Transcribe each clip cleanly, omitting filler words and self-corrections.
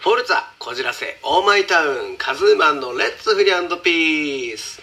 フォルツァこじらせオーマイタウンカズーマンのレッツフリー&ピース。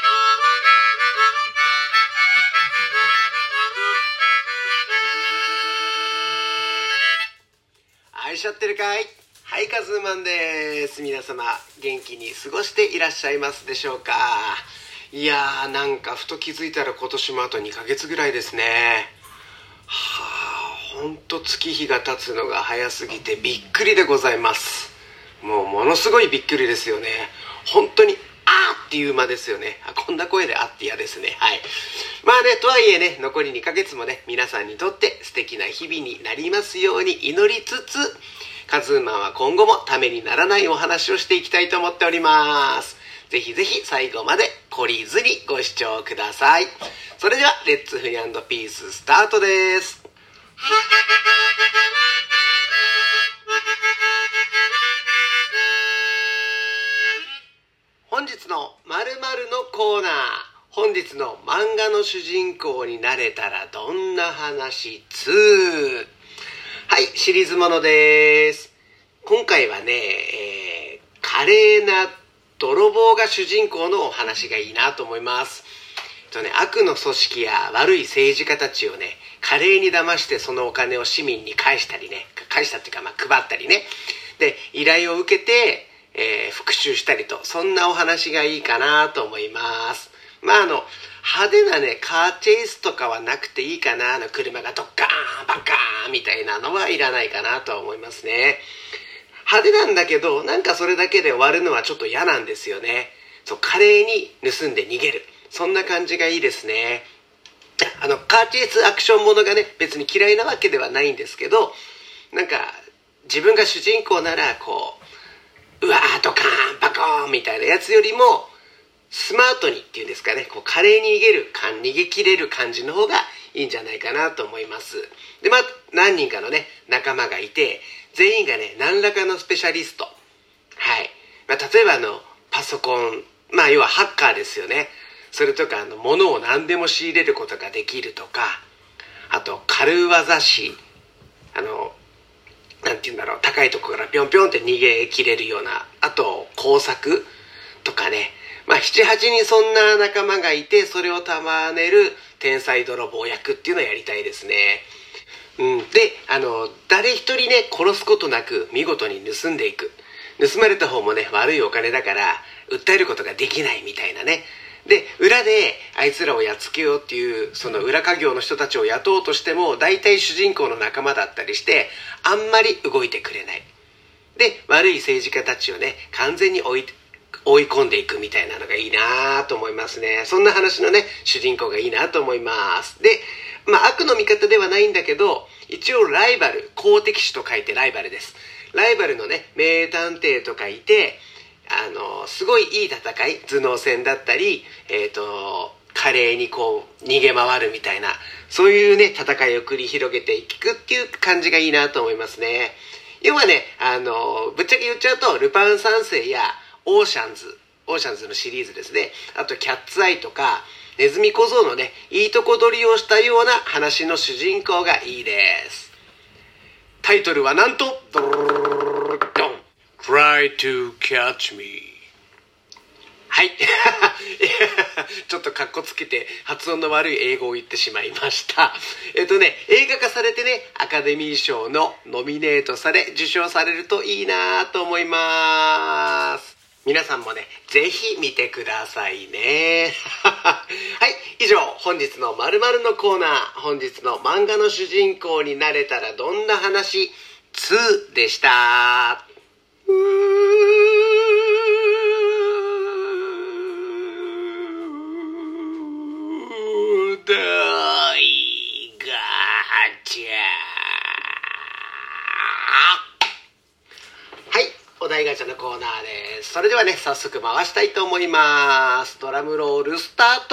愛しゃってるかい。はい、カズーマンです。皆様元気に過ごしていらっしゃいますでしょうか。いやー、なんかふと気づいたら今年もあと2ヶ月ぐらいですね。ほんと月日が経つのが早すぎてびっくりでございます。もうものすごいびっくりですよね。本当にっていう間ですよね。こんな声でって嫌ですね。はい。まあね、とはいえね、残り2ヶ月もね、皆さんにとって素敵な日々になりますように祈りつつ、カズーマンは今後もためにならないお話をしていきたいと思っております。ぜひぜひ最後まで懲りずにご視聴ください。それではレッツフリー&ピーススタートです。本日の〇〇のコーナー。本日の漫画の主人公になれたらどんな話2。はい、シリーズものです。今回はね、華麗な泥棒が主人公のお話がいいなと思います。悪の組織や悪い政治家たちをね、華麗に騙してそのお金を市民に返したっていうか、配ったりね。で、依頼を受けて、復讐したりと、そんなお話がいいかなと思います。派手なね、カーチェイスとかはなくていいかな。車がドッカーンバカーンみたいなのはいらないかなと思いますね。派手なんだけど、なんかそれだけで終わるのはちょっと嫌なんですよね。華麗に盗んで逃げる、そんな感じがいいですね。カーチェイスアクションものがね、別に嫌いなわけではないんですけど、なんか自分が主人公ならうわードカーンバコーンみたいなやつよりもスマートにっていうんですかね、華麗に逃げ切れる感じの方がいいんじゃないかなと思います。で、何人かのね、仲間がいて、全員がね、何らかのスペシャリスト。はい。例えばパソコン、要はハッカーですよね。それとか物を何でも仕入れることができるとか、あと軽業師、なんていうんだろう、高いところからピョンピョンって逃げ切れるような、あと工作とかね、7、8人そんな仲間がいて、それを束ねる天才泥棒役っていうのをやりたいですね。で、誰一人ね、殺すことなく見事に盗んでいく。盗まれた方もね、悪いお金だから訴えることができないみたいなね。で、裏であいつらをやっつけようっていうその裏稼業の人たちを雇おうとしても、大体主人公の仲間だったりしてあんまり動いてくれない。で、悪い政治家たちをね、完全に追い込んでいくみたいなのがいいなと思いますね。そんな話のね、主人公がいいなと思います。で、悪の味方ではないんだけど、一応ライバル、公敵手と書いてライバルです。ライバルのね、名探偵とかいて、すごいいい戦い、頭脳戦だったり、華麗に逃げ回るみたいな、そういうね、戦いを繰り広げていくっていう感じがいいなと思いますね。要はね、ぶっちゃけ言っちゃうと、ルパン三世やオーシャンズのシリーズですね。あとキャッツアイとか、ネズミ小僧のね、いいとこ取りをしたような話の主人公がいいです。タイトルはなんと、Try to catch me。 はいちょっとカッコつけて発音の悪い英語を言ってしまいました。映画化されてね、アカデミー賞のノミネートされ受賞されるといいなと思います。皆さんもね、ぜひ見てくださいねはい、以上、本日の〇〇のコーナー、本日の漫画の主人公になれたらどんな話2でした。大ガチャ。はい、お題ガチャのコーナーです。それではね、早速回したいと思います。ドラムロールスタート。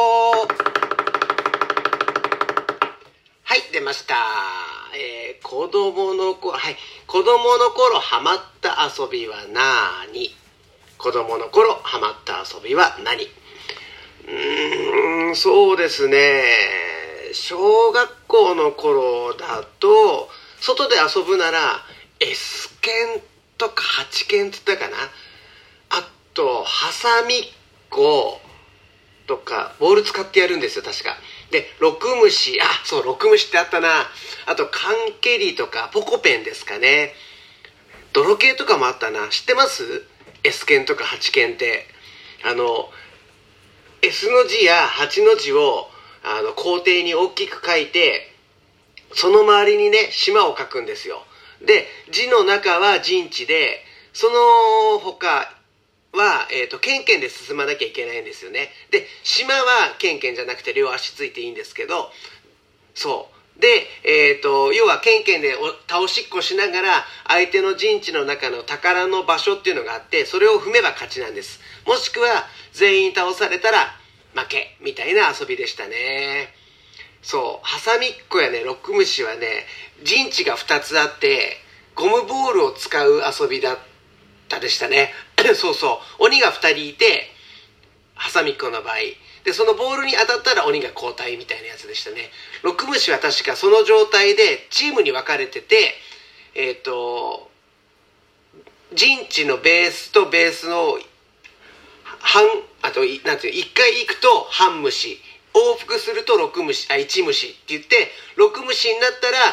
はい、出ました。子供の頃ハマった遊びは何？子供の頃ハマった遊びは何？そうですね。小学校の頃だと、外で遊ぶなら S 剣とか8剣って言ったかな。あとハサミっことかボール使ってやるんですよ確か。で六虫、そう六虫ってあったな。あとカンケリとかポコペンですかね。泥系とかもあったな。知ってます？ S 剣とか8剣って、S の字や8の字を校庭に大きく書いて、その周りにね島を書くんですよ。で字の中は陣地で、その他は、ケンケンで進まなきゃいけないんですよね。で島はケンケンじゃなくて両足ついていいんですけど、そうで、要はケンケンで倒しっこしながら相手の陣地の中の宝の場所っていうのがあって、それを踏めば勝ちなんです。もしくは全員倒されたら負けみたいな遊びでしたね。そうハサミっこやね六虫はね、陣地が2つあってゴムボールを使う遊びだったでしたねそう鬼が2人いて、ハサミっこの場合でそのボールに当たったら鬼が交代みたいなやつでしたね。六虫は確かその状態でチームに分かれてて、陣地のベースとベースのなんていう1回行くと半虫、往復すると1虫って言って、6虫になったら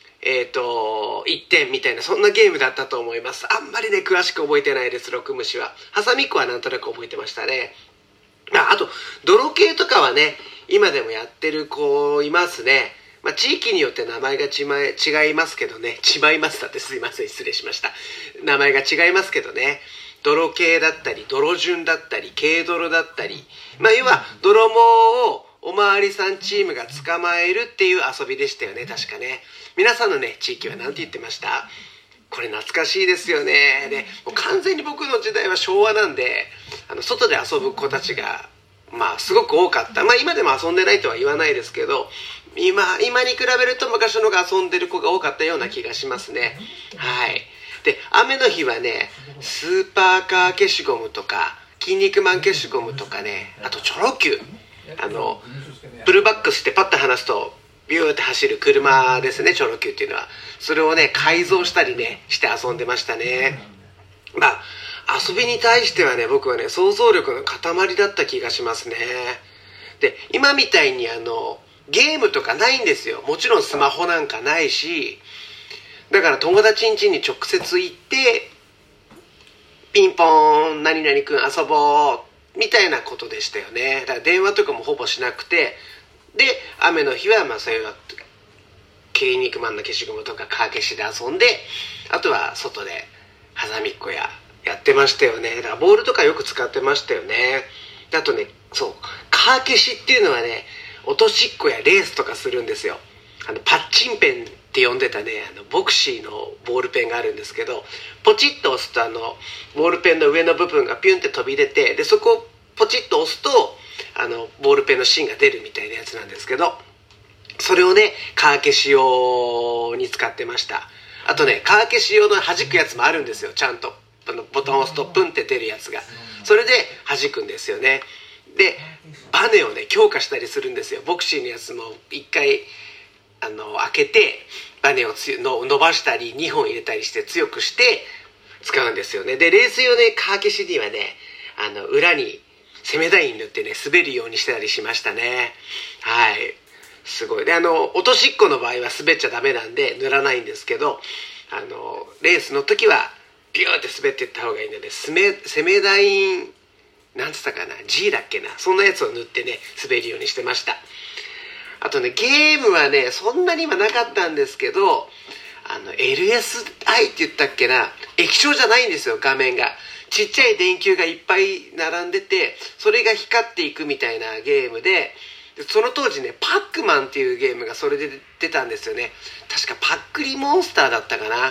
1点みたいな、そんなゲームだったと思います。あんまりね詳しく覚えてないです。6虫は。ハサミっこはなんとなく覚えてましたね。あと泥系とかはね今でもやってる子いますね。地域によって名前が違いますけどね。違いますだってすいません、失礼しました。名前が違いますけどね。泥系だったり泥順だったり軽泥だったり、要は泥棒をおまわりさんチームが捕まえるっていう遊びでしたよね確かね。皆さんのね地域は何て言ってました？これ懐かしいですよね。でもう完全に僕の時代は昭和なんで、外で遊ぶ子たちがすごく多かった。今でも遊んでないとは言わないですけど、今に比べると昔の方が遊んでる子が多かったような気がしますね。はい。で雨の日はねスーパーカー消しゴムとか筋肉マン消しゴムとかね、あとチョロ Q、プルバックスってパッと離すとビューって走る車ですね、チョロ Qっていうのは。それをね改造したりねして遊んでましたね。遊びに対してはね僕はね想像力の塊だった気がしますね。で今みたいにゲームとかないんですよ。もちろんスマホなんかないし、だから友達ん家に直接行ってピンポーン何々くん遊ぼうみたいなことでしたよね。だから電話とかもほぼしなくて、で雨の日はそういう筋肉マンの消しゴムとかカー消しで遊んで、あとは外でハサミっこやってましたよね。だからボールとかよく使ってましたよね。あとねカー消しっていうのはね落としっこやレースとかするんですよ。パッチンペンって呼んでたねボクシーのボールペンがあるんですけど、ポチッと押すとボールペンの上の部分がピュンって飛び出て、でそこをポチッと押すとボールペンの芯が出るみたいなやつなんですけど、それをねカー消し用に使ってました。あとねカー消し用の弾くやつもあるんですよ。ちゃんとボタンを押すとプンって出るやつが、それで弾くんですよね。でバネをね強化したりするんですよ。ボクシーのやつも一回開けてバネを伸ばしたり2本入れたりして強くして使うんですよね。でレース用ねカー消しにはね裏に攻め台に塗ってね滑るようにしてたりしましたね。はい、すごい。で落としっこの場合は滑っちゃダメなんで塗らないんですけど、レースの時はビューって滑っていった方がいいので、攻め台なんつったかな G だっけな、そんなやつを塗ってね滑るようにしてました。あとねゲームはねそんなに今なかったんですけど、LSI って言ったっけな、液晶じゃないんですよ。画面がちっちゃい電球がいっぱい並んでて、それが光っていくみたいなゲームで、その当時ねパックマンっていうゲームがそれで出たんですよね。確かパックリモンスターだったかな。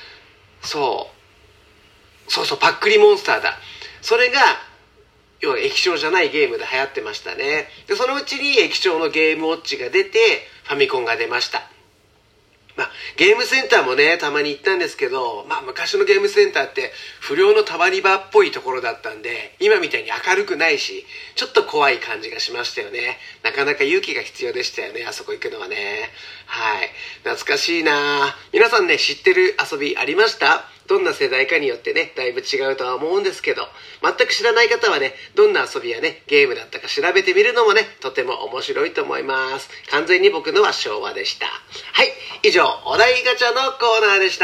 そうパックリモンスターだ。それが要は液晶じゃないゲームで流行ってましたね。でそのうちに液晶のゲームウォッチが出てファミコンが出ました。ゲームセンターもねたまに行ったんですけど、昔のゲームセンターって不良のたまり場っぽいところだったんで、今みたいに明るくないしちょっと怖い感じがしましたよね。なかなか勇気が必要でしたよね、あそこ行くのはね。はい、懐かしいな。皆さんね知ってる遊びありました？ どんな世代かによってね、だいぶ違うとは思うんですけど、全く知らない方はね、どんな遊びやね、ゲームだったか調べてみるのもね、とても面白いと思います。完全に僕のは昭和でした。はい、以上、お題ガチャのコーナーでした。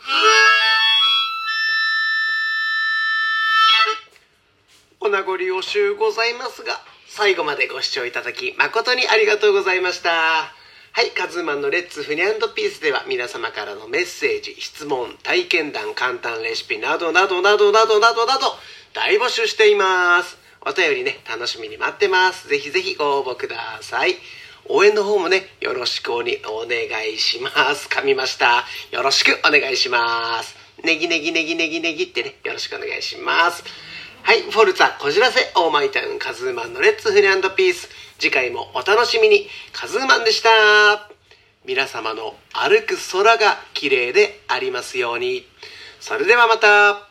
お名残惜しゅうございますが、最後までご視聴いただき誠にありがとうございました。はい、カズーマンのレッツフニャンドピースでは皆様からのメッセージ、質問、体験談、簡単レシピなどなどなどなどなどなど大募集しています。お便りね、楽しみに待ってます。ぜひぜひご応募ください。応援の方もね、よろしくお願いします。噛みました。よろしくお願いします。ネギネギネギネギネギってね、よろしくお願いします。はい、フォルツァこじらせオーマイタウンカズーマンのレッツフニャンドピース。次回もお楽しみに。カズーマンでした。皆様の歩く空が綺麗でありますように。それではまた。